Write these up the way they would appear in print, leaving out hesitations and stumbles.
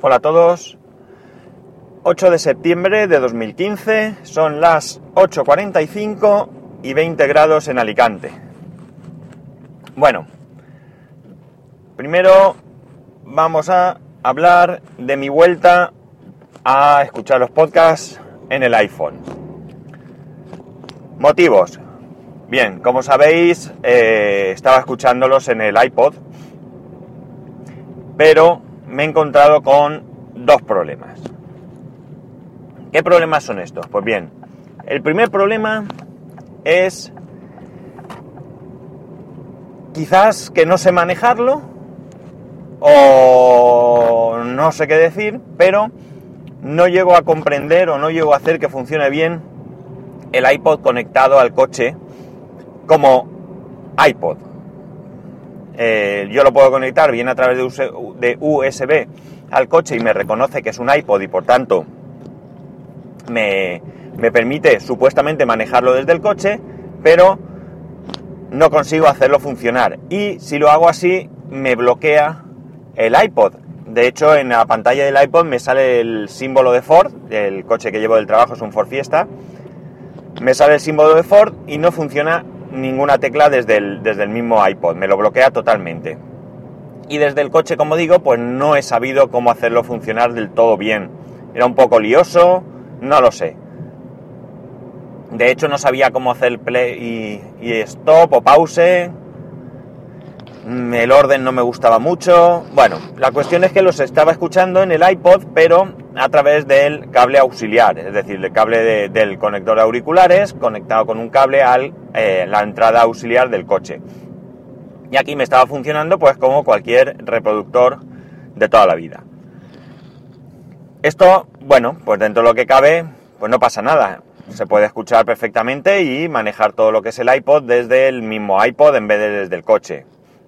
Hola a todos. 8 de septiembre de 2015, son las 8:45 y 20 grados en Alicante. Bueno, primero vamos a hablar de mi vuelta a escuchar los podcasts en el iPhone. Motivos. Bien, como sabéis, estaba escuchándolos en el iPod, pero me he encontrado con dos problemas. ¿Qué problemas son estos? Pues bien, el primer problema es quizás que no sé manejarlo o no sé qué decir, pero no llego a comprender o no llego a hacer que funcione bien el iPod conectado al coche como iPod. Yo lo puedo conectar bien a través de USB al coche y me reconoce que es un iPod y por tanto me permite supuestamente manejarlo desde el coche, pero no consigo hacerlo funcionar. Y si lo hago así, me bloquea el iPod. De hecho, en la pantalla del iPod me sale el símbolo de Ford, el coche que llevo del trabajo es un Ford Fiesta, me sale el símbolo de Ford y no funciona ninguna tecla desde el mismo iPod, me lo bloquea totalmente. Y desde el coche, como digo, pues no he sabido cómo hacerlo funcionar del todo bien. Era un poco lioso, no lo sé. De hecho, no sabía cómo hacer play y stop o pause. El orden no me gustaba mucho. Bueno, la cuestión es que los estaba escuchando en el iPod, pero a través del cable auxiliar, es decir, el cable del conector de auriculares conectado con un cable a la entrada auxiliar del coche. Y aquí me estaba funcionando pues como cualquier reproductor de toda la vida. Esto, bueno, pues dentro de lo que cabe, pues no pasa nada. Se puede escuchar perfectamente y manejar todo lo que es el iPod desde el mismo iPod en vez de desde el coche.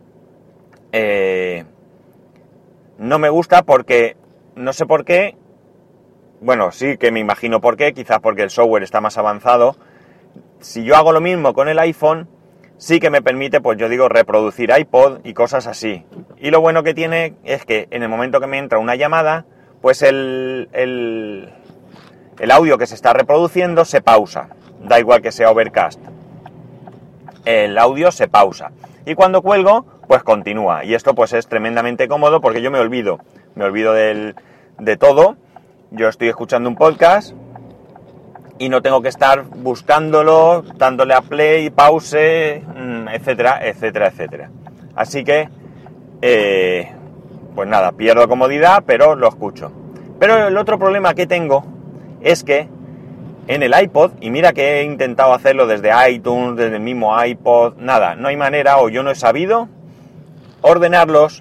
No me gusta porque, no sé por qué, bueno, sí que me imagino por qué, quizás porque el software está más avanzado. Si yo hago lo mismo con el iPhone, sí que me permite, pues yo digo, reproducir iPod y cosas así. Y lo bueno que tiene es que en el momento que me entra una llamada, pues el audio que se está reproduciendo se pausa. Da igual que sea Overcast. El audio se pausa. Y cuando cuelgo, pues continúa. Y esto pues es tremendamente cómodo porque yo me olvido de todo. Yo estoy escuchando un podcast y no tengo que estar buscándolo, dándole a play, pause, etcétera, etcétera, etcétera. Así que, pues nada, pierdo comodidad, pero lo escucho. Pero el otro problema que tengo es que en el iPod, y mira que he intentado hacerlo desde iTunes, desde el mismo iPod, nada, no hay manera, o yo no he sabido ordenarlos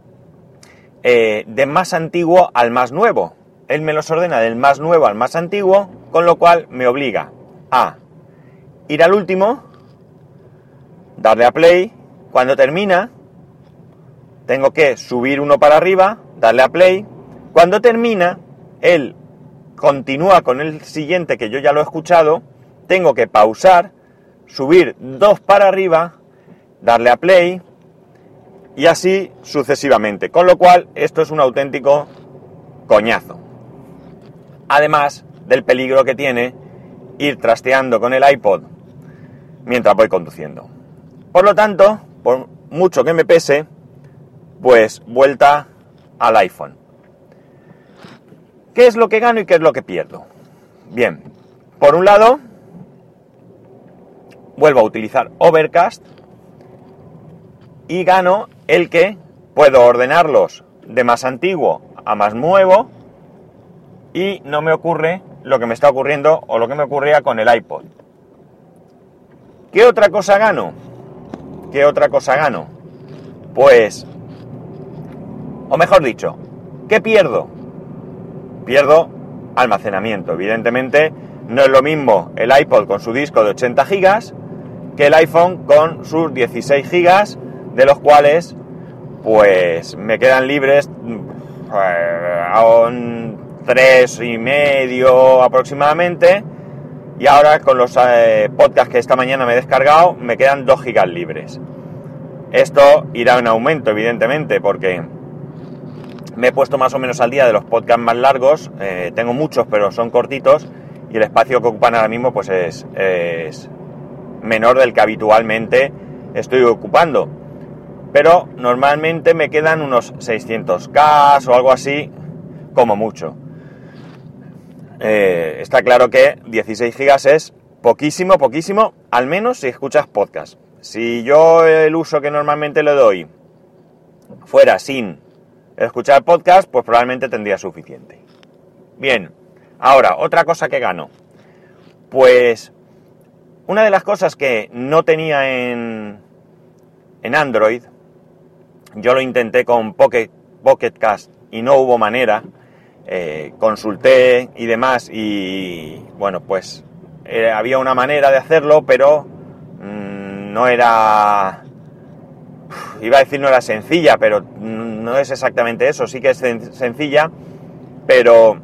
de más antiguo al más nuevo. Él me los ordena del más nuevo al más antiguo, con lo cual me obliga a ir al último, darle a play, cuando termina, tengo que subir uno para arriba, darle a play, cuando termina, él continúa con el siguiente que yo ya lo he escuchado, tengo que pausar, subir dos para arriba, darle a play y así sucesivamente. Con lo cual esto es un auténtico coñazo. Además del peligro que tiene ir trasteando con el iPod mientras voy conduciendo. Por lo tanto, por mucho que me pese, pues vuelta al iPhone. ¿Qué es lo que gano y qué es lo que pierdo? Bien, por un lado, vuelvo a utilizar Overcast y gano el que puedo ordenarlos de más antiguo a más nuevo y no me ocurre lo que me está ocurriendo o lo que me ocurría con el iPod. ¿Qué otra cosa gano? ¿Qué otra cosa gano? Pues, o mejor dicho, ¿qué pierdo? Pierdo almacenamiento. Evidentemente no es lo mismo el iPod con su disco de 80 gigas que el iPhone con sus 16 gigas, de los cuales pues me quedan libres 3,5 aproximadamente, y ahora con los podcasts que esta mañana me he descargado me quedan 2 gigas libres. Esto irá en aumento, evidentemente, porque me he puesto más o menos al día de los podcasts más largos. Tengo muchos, pero son cortitos, y el espacio que ocupan ahora mismo pues es menor del que habitualmente estoy ocupando. Pero normalmente me quedan unos 600K o algo así, como mucho. Está claro que 16 gigas es poquísimo, al menos si escuchas podcast. Si yo el uso que normalmente le doy fuera sin escuchar podcast, pues probablemente tendría suficiente. Bien, ahora, otra cosa que gano. Pues una de las cosas que no tenía en Android, yo lo intenté con Pocket Cast y no hubo manera. Consulté y demás, y bueno, pues había una manera de hacerlo, pero no era, iba a decir no era sencilla, pero no es exactamente eso. Sí que es sencilla, pero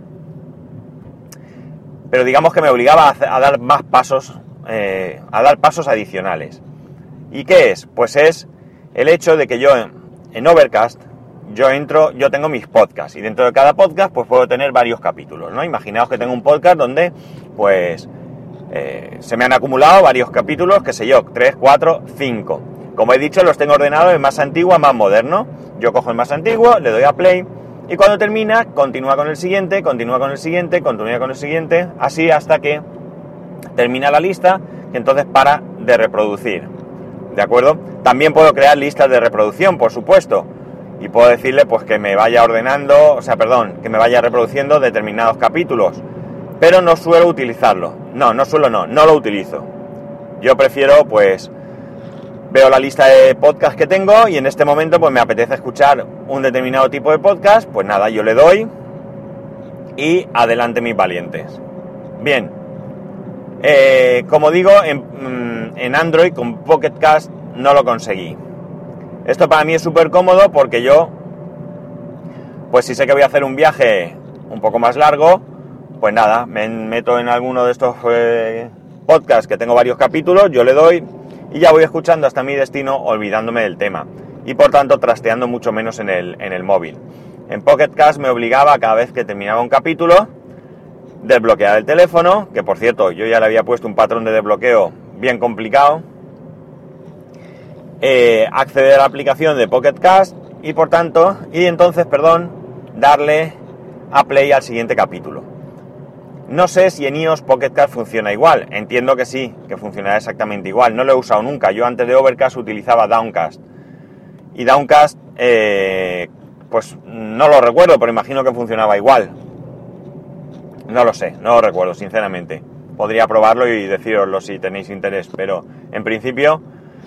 digamos que me obligaba a dar más pasos, a dar pasos adicionales. ¿Y qué es? Pues es el hecho de que yo en Overcast yo tengo mis podcasts, y dentro de cada podcast pues puedo tener varios capítulos, ¿no? Imaginaos que tengo un podcast donde pues se me han acumulado varios capítulos, qué sé yo, 3, 4, 5. Como he dicho, los tengo ordenados de más antiguo a más moderno. Yo cojo el más antiguo, le doy a play, y cuando termina, continúa con el siguiente, así hasta que termina la lista, y entonces para de reproducir, ¿de acuerdo? También puedo crear listas de reproducción, por supuesto, y puedo decirle pues que me vaya que me vaya reproduciendo determinados capítulos, pero no suelo utilizarlo. No lo utilizo. Yo prefiero, pues, veo la lista de podcast que tengo, y en este momento pues me apetece escuchar un determinado tipo de podcast, pues nada, yo le doy y adelante mis valientes. Bien, como digo, en Android con Pocket Cast no lo conseguí. Esto para mí es súper cómodo, porque yo, pues si sé que voy a hacer un viaje un poco más largo, pues nada, me meto en alguno de estos podcasts que tengo varios capítulos, yo le doy y ya voy escuchando hasta mi destino, olvidándome del tema, y por tanto trasteando mucho menos en el móvil. En Pocket Cast me obligaba, cada vez que terminaba un capítulo, desbloquear el teléfono, que por cierto yo ya le había puesto un patrón de desbloqueo bien complicado, acceder a la aplicación de Pocket Cast y entonces darle a play al siguiente capítulo. No sé si en iOS Pocket Cast funciona igual. Entiendo que sí, que funcionará exactamente igual. No lo he usado nunca. Yo antes de Overcast utilizaba Downcast, y Downcast pues no lo recuerdo, pero imagino que funcionaba igual. No lo sé, no lo recuerdo sinceramente. Podría probarlo y decíroslo si tenéis interés, pero en principio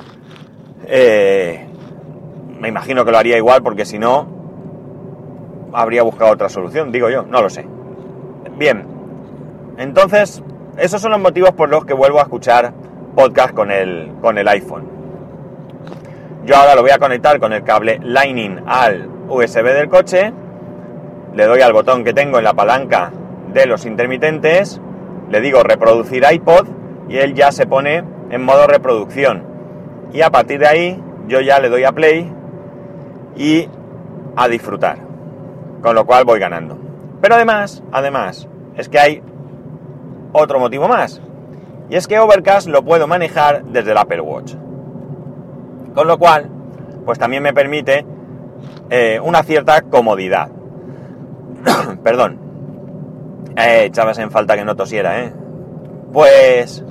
me imagino que lo haría igual, porque si no habría buscado otra solución, digo yo, no lo sé. Bien, entonces esos son los motivos por los que vuelvo a escuchar podcast con el iPhone. Yo ahora lo voy a conectar con el cable Lightning al USB del coche, le doy al botón que tengo en la palanca de los intermitentes, le digo reproducir iPod, y él ya se pone en modo reproducción. Y a partir de ahí yo ya le doy a play y a disfrutar, con lo cual voy ganando. Pero además, es que hay otro motivo más, y es que Overcast lo puedo manejar desde el Apple Watch, con lo cual pues también me permite una cierta comodidad. Perdón, echabas en falta que no tosiera, pues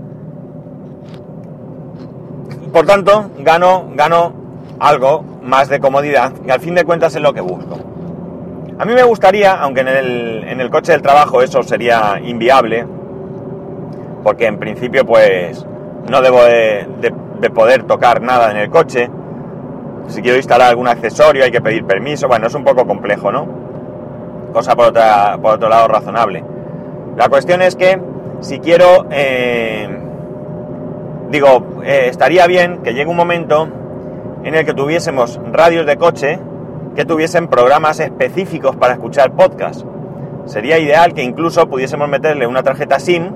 por tanto gano algo más de comodidad, y al fin de cuentas es lo que busco. A mí me gustaría, aunque en el coche del trabajo eso sería inviable, porque en principio pues no debo de poder tocar nada en el coche. Si quiero instalar algún accesorio hay que pedir permiso, bueno, es un poco complejo, ¿no? Cosa por otro lado razonable. La cuestión es que si quiero, estaría bien que llegue un momento en el que tuviésemos radios de coche que tuviesen programas específicos para escuchar podcast. Sería ideal que incluso pudiésemos meterle una tarjeta SIM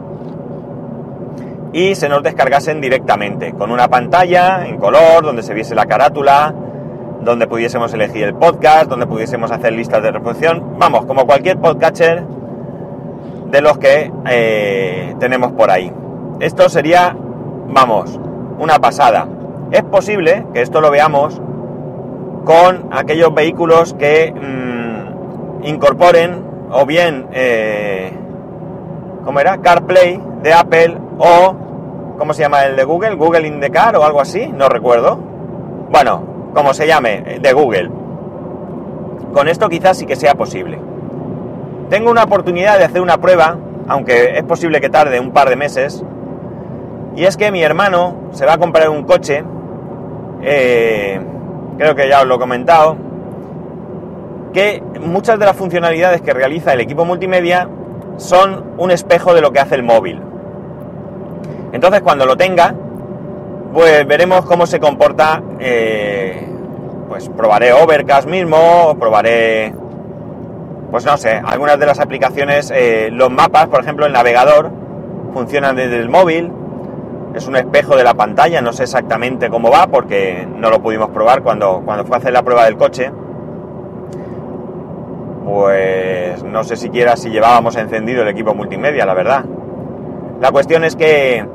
y se nos descargasen directamente, con una pantalla en color, donde se viese la carátula, donde pudiésemos elegir el podcast, donde pudiésemos hacer listas de reproducción, vamos, como cualquier podcatcher de los que tenemos por ahí. Esto sería, vamos, una pasada. Es posible que esto lo veamos con aquellos vehículos que incorporen o bien, ¿cómo era? CarPlay de Apple o, ¿cómo se llama el de Google? Google in the Car o algo así, no recuerdo. Bueno, como se llame, de Google. Con esto quizás sí que sea posible. Tengo una oportunidad de hacer una prueba, aunque es posible que tarde un par de meses, y es que mi hermano se va a comprar un coche, creo que ya os lo he comentado, que muchas de las funcionalidades que realiza el equipo multimedia son un espejo de lo que hace el móvil. Entonces, cuando lo tenga, pues veremos cómo se comporta, pues probaré Overcast mismo, probaré, pues no sé, algunas de las aplicaciones, los mapas, por ejemplo, el navegador, funcionan desde el móvil, es un espejo de la pantalla, no sé exactamente cómo va, porque no lo pudimos probar cuando fue a hacer la prueba del coche. Pues no sé siquiera si llevábamos encendido el equipo multimedia, la verdad. La cuestión es que,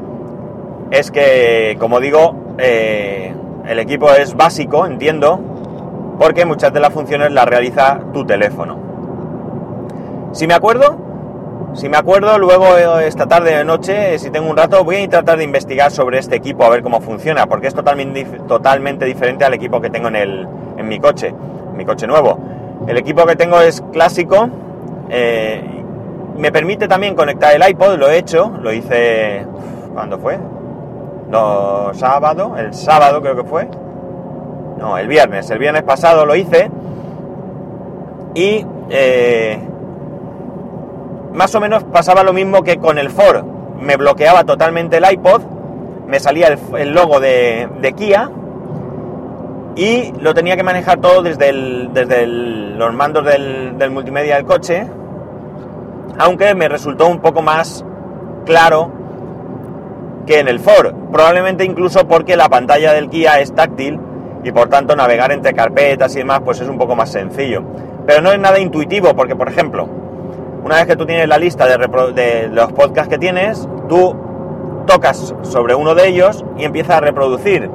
como digo, el equipo es básico, entiendo, porque muchas de las funciones las realiza tu teléfono. Si me acuerdo, luego esta tarde o noche, si tengo un rato, voy a tratar de investigar sobre este equipo a ver cómo funciona, porque es totalmente diferente al equipo que tengo en mi coche nuevo. El equipo que tengo es clásico, me permite también conectar el iPod, lo he hecho, lo hice, ¿cuándo fue? El sábado creo que fue, no, el viernes pasado lo hice, y más o menos pasaba lo mismo que con el Ford, me bloqueaba totalmente el iPod, me salía el logo de Kia, y lo tenía que manejar todo desde los mandos del multimedia del coche, aunque me resultó un poco más claro que en el Ford, probablemente incluso porque la pantalla del Kia es táctil y por tanto navegar entre carpetas y demás pues es un poco más sencillo, pero no es nada intuitivo, porque por ejemplo, una vez que tú tienes la lista de los podcasts que tienes, tú tocas sobre uno de ellos y empieza a reproducir.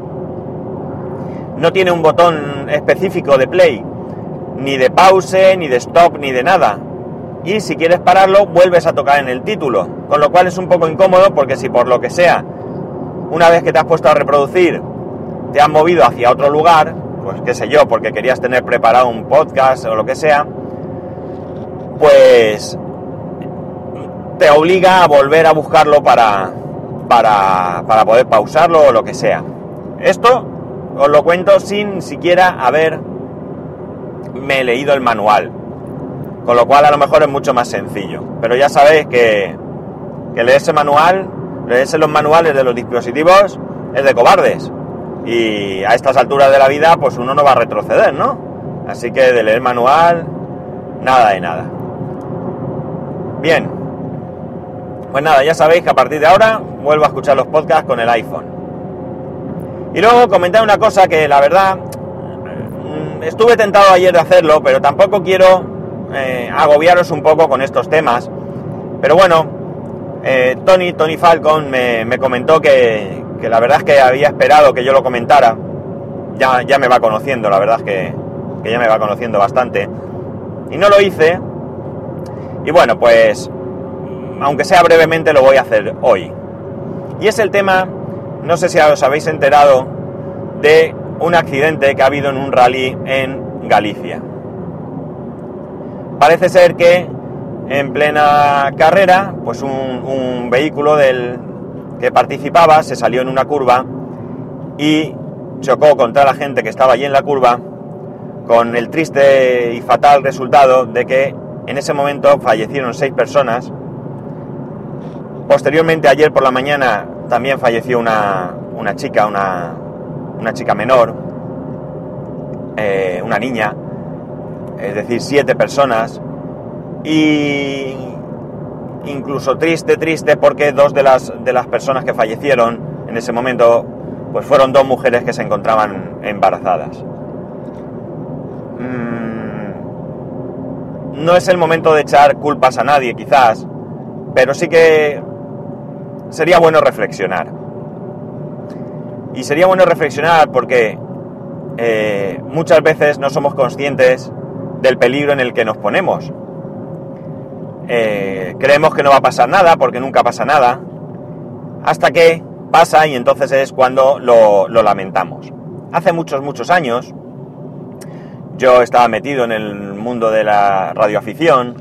No tiene un botón específico de play, ni de pause, ni de stop, ni de nada. Y si quieres pararlo, vuelves a tocar en el título. Con lo cual es un poco incómodo, porque si por lo que sea, una vez que te has puesto a reproducir, te has movido hacia otro lugar, pues qué sé yo, porque querías tener preparado un podcast o lo que sea, pues te obliga a volver a buscarlo para poder pausarlo o lo que sea. Esto os lo cuento sin siquiera haberme leído el manual, con lo cual a lo mejor es mucho más sencillo, pero ya sabéis que leerse los manuales de los dispositivos es de cobardes, y a estas alturas de la vida pues uno no va a retroceder, ¿no? Así que de leer manual, nada de nada. Bien, pues nada, ya sabéis que a partir de ahora vuelvo a escuchar los podcasts con el iPhone. Y luego comentar una cosa que la verdad estuve tentado ayer de hacerlo, pero tampoco quiero agobiaros un poco con estos temas. Pero bueno, Tony Falcon me comentó que la verdad es que había esperado que yo lo comentara. Ya me va conociendo, la verdad es que ya me va conociendo bastante. Y no lo hice. Y bueno, pues aunque sea brevemente lo voy a hacer hoy. Y es el tema, no sé si os habéis enterado, de un accidente que ha habido en un rally en Galicia. Parece ser que en plena carrera, pues un vehículo que participaba se salió en una curva y chocó contra la gente que estaba allí en la curva, con el triste y fatal resultado de que en ese momento fallecieron 6 personas. Posteriormente, ayer por la mañana, también falleció una chica, una chica menor, una niña, es decir, 7 personas, y incluso triste porque 2 de las personas que fallecieron en ese momento pues fueron 2 mujeres que se encontraban embarazadas. No es el momento de echar culpas a nadie, quizás, pero sí que sería bueno reflexionar. Y sería bueno reflexionar porque muchas veces no somos conscientes del peligro en el que nos ponemos. Creemos que no va a pasar nada porque nunca pasa nada, hasta que pasa y entonces es cuando lo lamentamos. Hace muchos años yo estaba metido en el mundo de la radioafición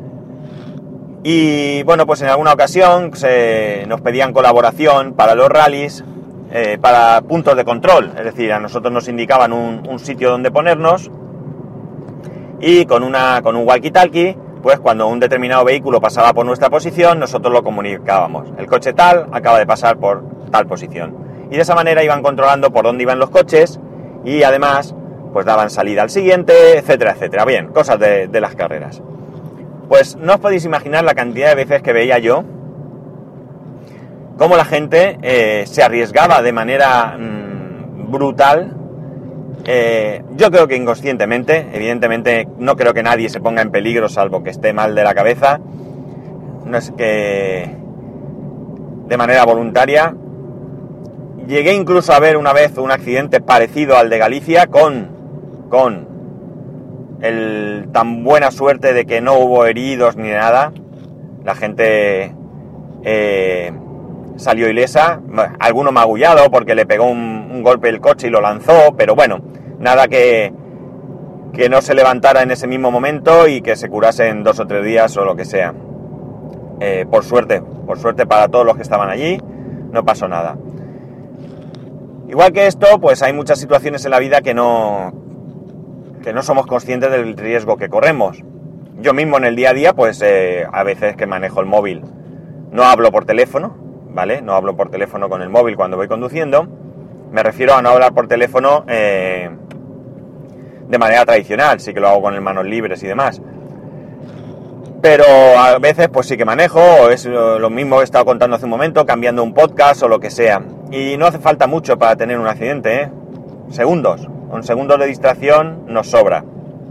y bueno, pues en alguna ocasión nos pedían colaboración para los rallies, para puntos de control, es decir, a nosotros nos indicaban un sitio donde ponernos y con un walkie-talkie, pues cuando un determinado vehículo pasaba por nuestra posición, nosotros lo comunicábamos. El coche tal acaba de pasar por tal posición. Y de esa manera iban controlando por dónde iban los coches y además pues daban salida al siguiente, etcétera, etcétera. Bien, cosas de las carreras. Pues no os podéis imaginar la cantidad de veces que veía yo cómo la gente se arriesgaba de manera brutal. Yo creo que inconscientemente, evidentemente no creo que nadie se ponga en peligro salvo que esté mal de la cabeza, no es que de manera voluntaria. Llegué incluso a ver una vez un accidente parecido al de Galicia con el tan buena suerte de que no hubo heridos ni nada. La gente salió ilesa, alguno magullado porque le pegó un golpe el coche y lo lanzó, pero bueno, nada que no se levantara en ese mismo momento y que se curase en 2 o 3 días o lo que sea. Por suerte para todos los que estaban allí, no pasó nada. Igual que esto, pues hay muchas situaciones en la vida que no somos conscientes del riesgo que corremos. Yo mismo en el día a día, pues a veces que manejo el móvil, no hablo por teléfono, ¿vale? No hablo por teléfono con el móvil cuando voy conduciendo. Me refiero a no hablar por teléfono de manera tradicional, sí que lo hago con las manos libres y demás. Pero a veces pues sí que manejo, o es lo mismo que he estado contando hace un momento, cambiando un podcast o lo que sea. Y no hace falta mucho para tener un accidente, ¿eh? Segundos. Con segundos de distracción nos sobra.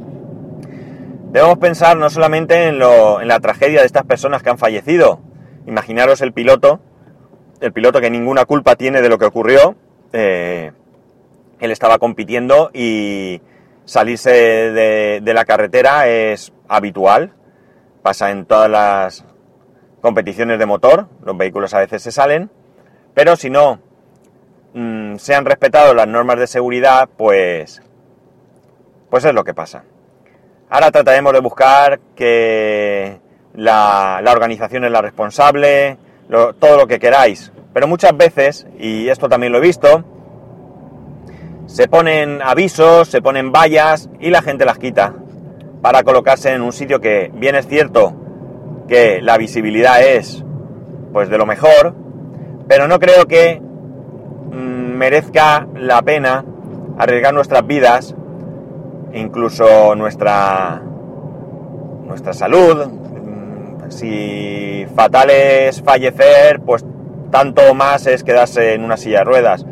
Debemos pensar no solamente en la tragedia de estas personas que han fallecido. Imaginaros el piloto que ninguna culpa tiene de lo que ocurrió. Él estaba compitiendo y salirse de la carretera es habitual. Pasa en todas las competiciones de motor, los vehículos a veces se salen, pero si no se han respetado las normas de seguridad, pues es lo que pasa. Ahora trataremos de buscar que la organización es la responsable, todo lo que queráis, pero muchas veces, y esto también lo he visto, se ponen avisos, se ponen vallas y la gente las quita para colocarse en un sitio que bien es cierto que la visibilidad es pues de lo mejor, pero no creo que merezca la pena arriesgar nuestras vidas, incluso nuestra salud. Si fatal es fallecer, pues tanto más es quedarse en una silla de ruedas.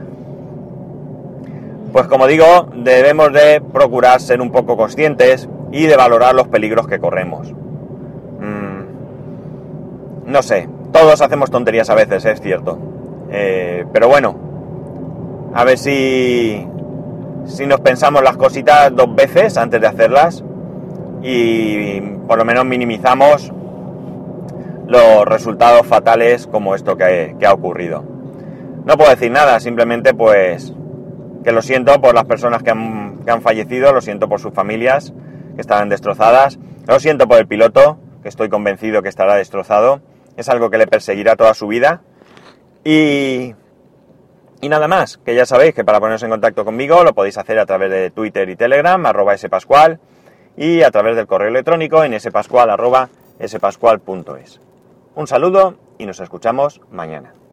Pues como digo, debemos de procurar ser un poco conscientes y de valorar los peligros que corremos. No sé, todos hacemos tonterías a veces, es cierto. Pero bueno, a ver si nos pensamos las cositas 2 veces antes de hacerlas y por lo menos minimizamos los resultados fatales como esto que ha ocurrido. No puedo decir nada, simplemente pues que lo siento por las personas que han fallecido, lo siento por sus familias que estaban destrozadas, lo siento por el piloto, que estoy convencido que estará destrozado, es algo que le perseguirá toda su vida y nada más, que ya sabéis que para poneros en contacto conmigo lo podéis hacer a través de Twitter y Telegram, @spascual, y a través del correo electrónico en spascual@spascual.es. Un saludo y nos escuchamos mañana.